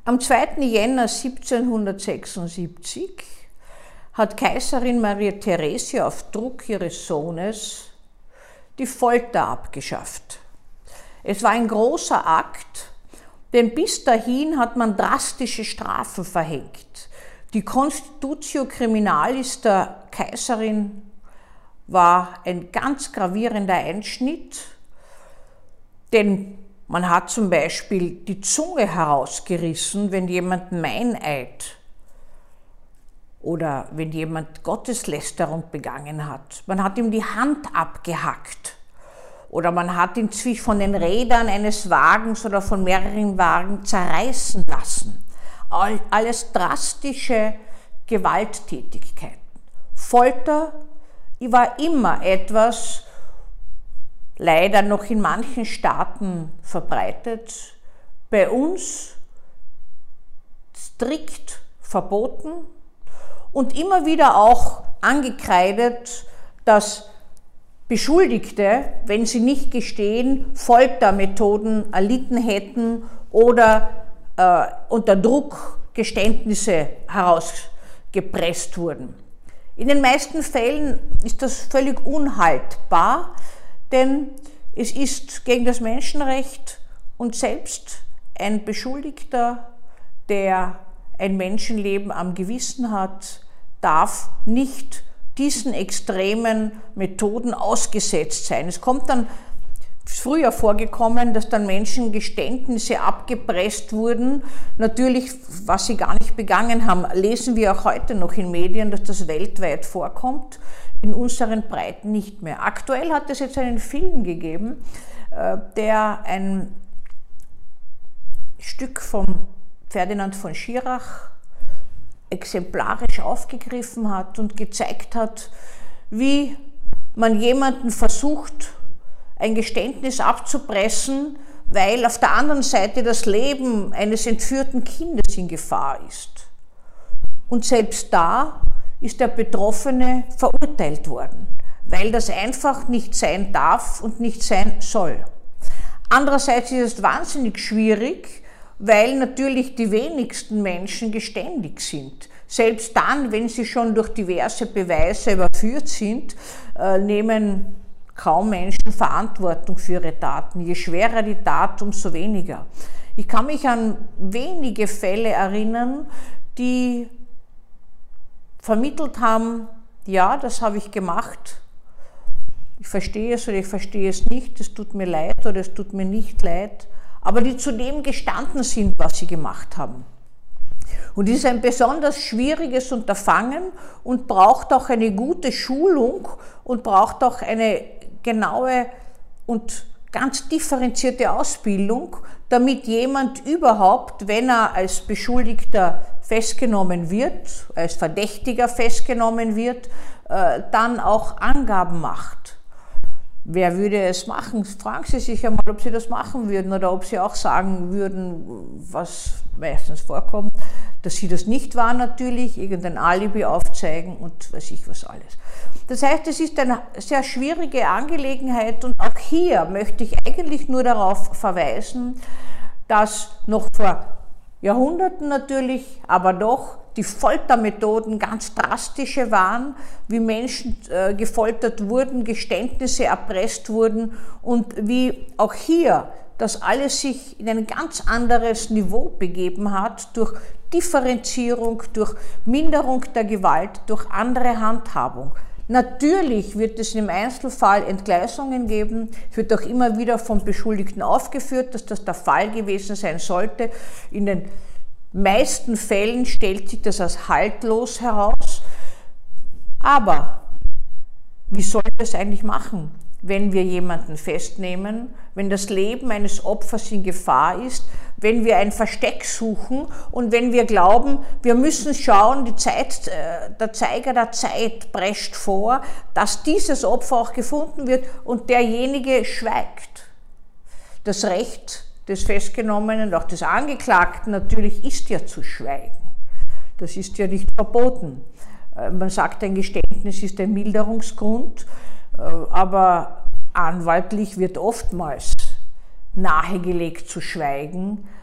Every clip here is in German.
Am 2. Jänner 1776 hat Kaiserin Maria Theresia auf Druck ihres Sohnes die Folter abgeschafft. Es war ein großer Akt, denn bis dahin hat man drastische Strafen verhängt. Die Constitutio Criminalis der Kaiserin war ein ganz gravierender Einschnitt, denn man hat zum Beispiel die Zunge herausgerissen, wenn jemand Meineid oder wenn jemand Gotteslästerung begangen hat. Man hat ihm die Hand abgehackt oder man hat ihn von den Rädern eines Wagens oder von mehreren Wagen zerreißen lassen. Alles drastische Gewalttätigkeiten. Folter war immer etwas, leider noch in manchen Staaten verbreitet, bei uns strikt verboten und immer wieder auch angekreidet, dass Beschuldigte, wenn sie nicht gestehen, Foltermethoden erlitten hätten oder unter Druck Geständnisse herausgepresst wurden. In den meisten Fällen ist das völlig unhaltbar, denn es ist gegen das Menschenrecht und selbst ein Beschuldigter, der ein Menschenleben am Gewissen hat, darf nicht diesen extremen Methoden ausgesetzt sein. Es kommt dann früher vorgekommen, dass dann Menschen Geständnisse abgepresst wurden, natürlich, was sie gar nicht begangen haben. Lesen wir auch heute noch in Medien, dass das weltweit vorkommt, in unseren Breiten nicht mehr. Aktuell hat es jetzt einen Film gegeben, der ein Stück von Ferdinand von Schirach exemplarisch aufgegriffen hat und gezeigt hat, wie man jemanden versucht, ein Geständnis abzupressen, weil auf der anderen Seite das Leben eines entführten Kindes in Gefahr ist. Und selbst da ist der Betroffene verurteilt worden, weil das einfach nicht sein darf und nicht sein soll. Andererseits ist es wahnsinnig schwierig, weil natürlich die wenigsten Menschen geständig sind. Selbst dann, wenn sie schon durch diverse Beweise überführt sind, nehmen kaum Menschen Verantwortung für ihre Taten. Je schwerer die Tat, umso weniger. Ich kann mich an wenige Fälle erinnern, die vermittelt haben, ja, das habe ich gemacht, ich verstehe es oder ich verstehe es nicht, es tut mir leid oder es tut mir nicht leid, aber die zu dem gestanden sind, was sie gemacht haben. Und es ist ein besonders schwieriges Unterfangen und braucht auch eine gute Schulung und braucht auch eine genaue und ganz differenzierte Ausbildung, damit jemand überhaupt, wenn er als Beschuldigter festgenommen wird, als Verdächtiger festgenommen wird, dann auch Angaben macht. Wer würde es machen? Fragen Sie sich einmal, ob Sie das machen würden oder ob Sie auch sagen würden, was meistens vorkommt, dass Sie das nicht waren natürlich, irgendein Alibi aufzeigen und weiß ich was alles. Das heißt, es ist eine sehr schwierige Angelegenheit und auch hier möchte ich eigentlich nur darauf verweisen, dass noch vor Jahrhunderten natürlich, aber doch die Foltermethoden ganz drastische waren, wie Menschen gefoltert wurden, Geständnisse erpresst wurden und wie auch hier das alles sich in ein ganz anderes Niveau begeben hat durch Differenzierung, durch Minderung der Gewalt, durch andere Handhabung. Natürlich wird es im Einzelfall Entgleisungen geben. Es wird auch immer wieder vom Beschuldigten aufgeführt, dass das der Fall gewesen sein sollte. In den meisten Fällen stellt sich das als haltlos heraus. Aber wie soll das eigentlich machen, wenn wir jemanden festnehmen, wenn das Leben eines Opfers in Gefahr ist, wenn wir ein Versteck suchen und wenn wir glauben, wir müssen schauen, der Zeiger der Zeit prescht vor, dass dieses Opfer auch gefunden wird und derjenige schweigt. Das Recht des Festgenommenen und auch des Angeklagten natürlich ist ja zu schweigen. Das ist ja nicht verboten. Man sagt, ein Geständnis ist ein Milderungsgrund, aber anwaltlich wird oftmals nahegelegt zu schweigen,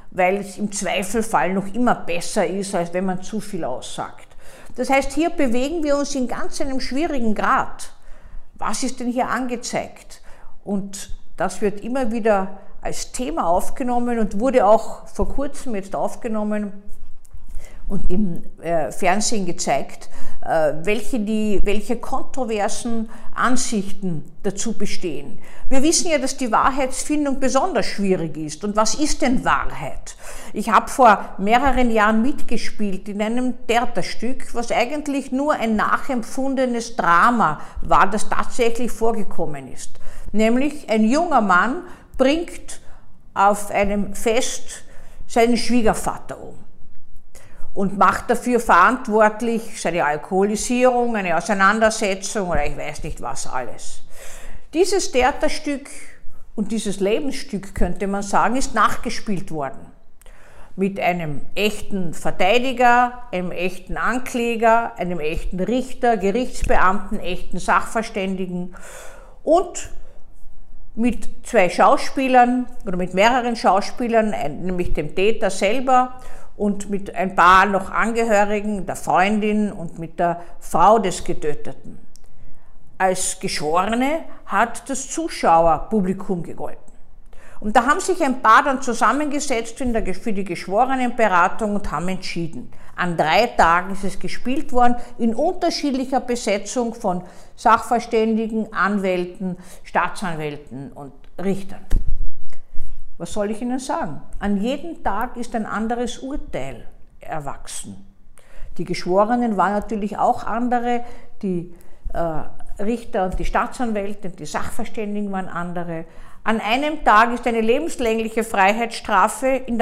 weil es im Zweifelfall noch immer besser ist, als wenn man zu viel aussagt. Das heißt, hier bewegen wir uns in ganz einem schwierigen Grad. Was ist denn hier angezeigt? Und das wird immer wieder als Thema aufgenommen und wurde auch vor kurzem jetzt aufgenommen und im Fernsehen gezeigt, welche kontroversen Ansichten dazu bestehen. Wir wissen ja, dass die Wahrheitsfindung besonders schwierig ist. Und was ist denn Wahrheit? Ich habe vor mehreren Jahren mitgespielt in einem Theaterstück, was eigentlich nur ein nachempfundenes Drama war, das tatsächlich vorgekommen ist. Nämlich ein junger Mann bringt auf einem Fest seinen Schwiegervater um und macht dafür verantwortlich seine Alkoholisierung, eine Auseinandersetzung oder ich weiß nicht was alles. Dieses Theaterstück und dieses Lebensstück, könnte man sagen, ist nachgespielt worden. Mit einem echten Verteidiger, einem echten Ankläger, einem echten Richter, Gerichtsbeamten, echten Sachverständigen und mit zwei Schauspielern oder mit mehreren Schauspielern, nämlich dem Täter selber und mit ein paar noch Angehörigen, der Freundin und mit der Frau des Getöteten. Als Geschworene hat das Zuschauerpublikum gegolten. Und da haben sich ein paar dann zusammengesetzt für die Geschworenenberatung und haben entschieden. An 3 Tagen ist es gespielt worden, in unterschiedlicher Besetzung von Sachverständigen, Anwälten, Staatsanwälten und Richtern. Was soll ich Ihnen sagen? An jedem Tag ist ein anderes Urteil erwachsen. Die Geschworenen waren natürlich auch andere, die Richter und die Staatsanwälte und die Sachverständigen waren andere. An einem Tag ist eine lebenslängliche Freiheitsstrafe im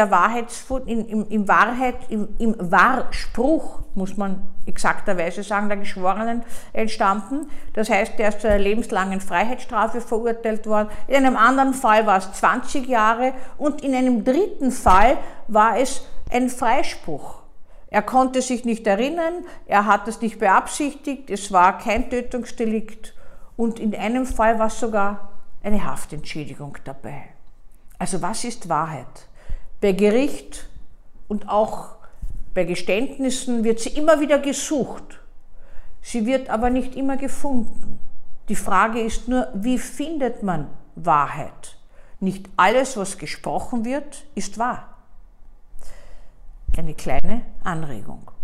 Wahrspruch, muss man exakterweise sagen, der Geschworenen entstanden. Das heißt, er ist zu einer lebenslangen Freiheitsstrafe verurteilt worden. In einem anderen Fall war es 20 Jahre und in einem dritten Fall war es ein Freispruch. Er konnte sich nicht erinnern, er hat es nicht beabsichtigt, es war kein Tötungsdelikt und in einem Fall war es sogar eine Haftentschädigung dabei. Also was ist Wahrheit? Bei Gericht und auch bei Geständnissen wird sie immer wieder gesucht. Sie wird aber nicht immer gefunden. Die Frage ist nur, wie findet man Wahrheit? Nicht alles, was gesprochen wird, ist wahr. Eine kleine Anregung.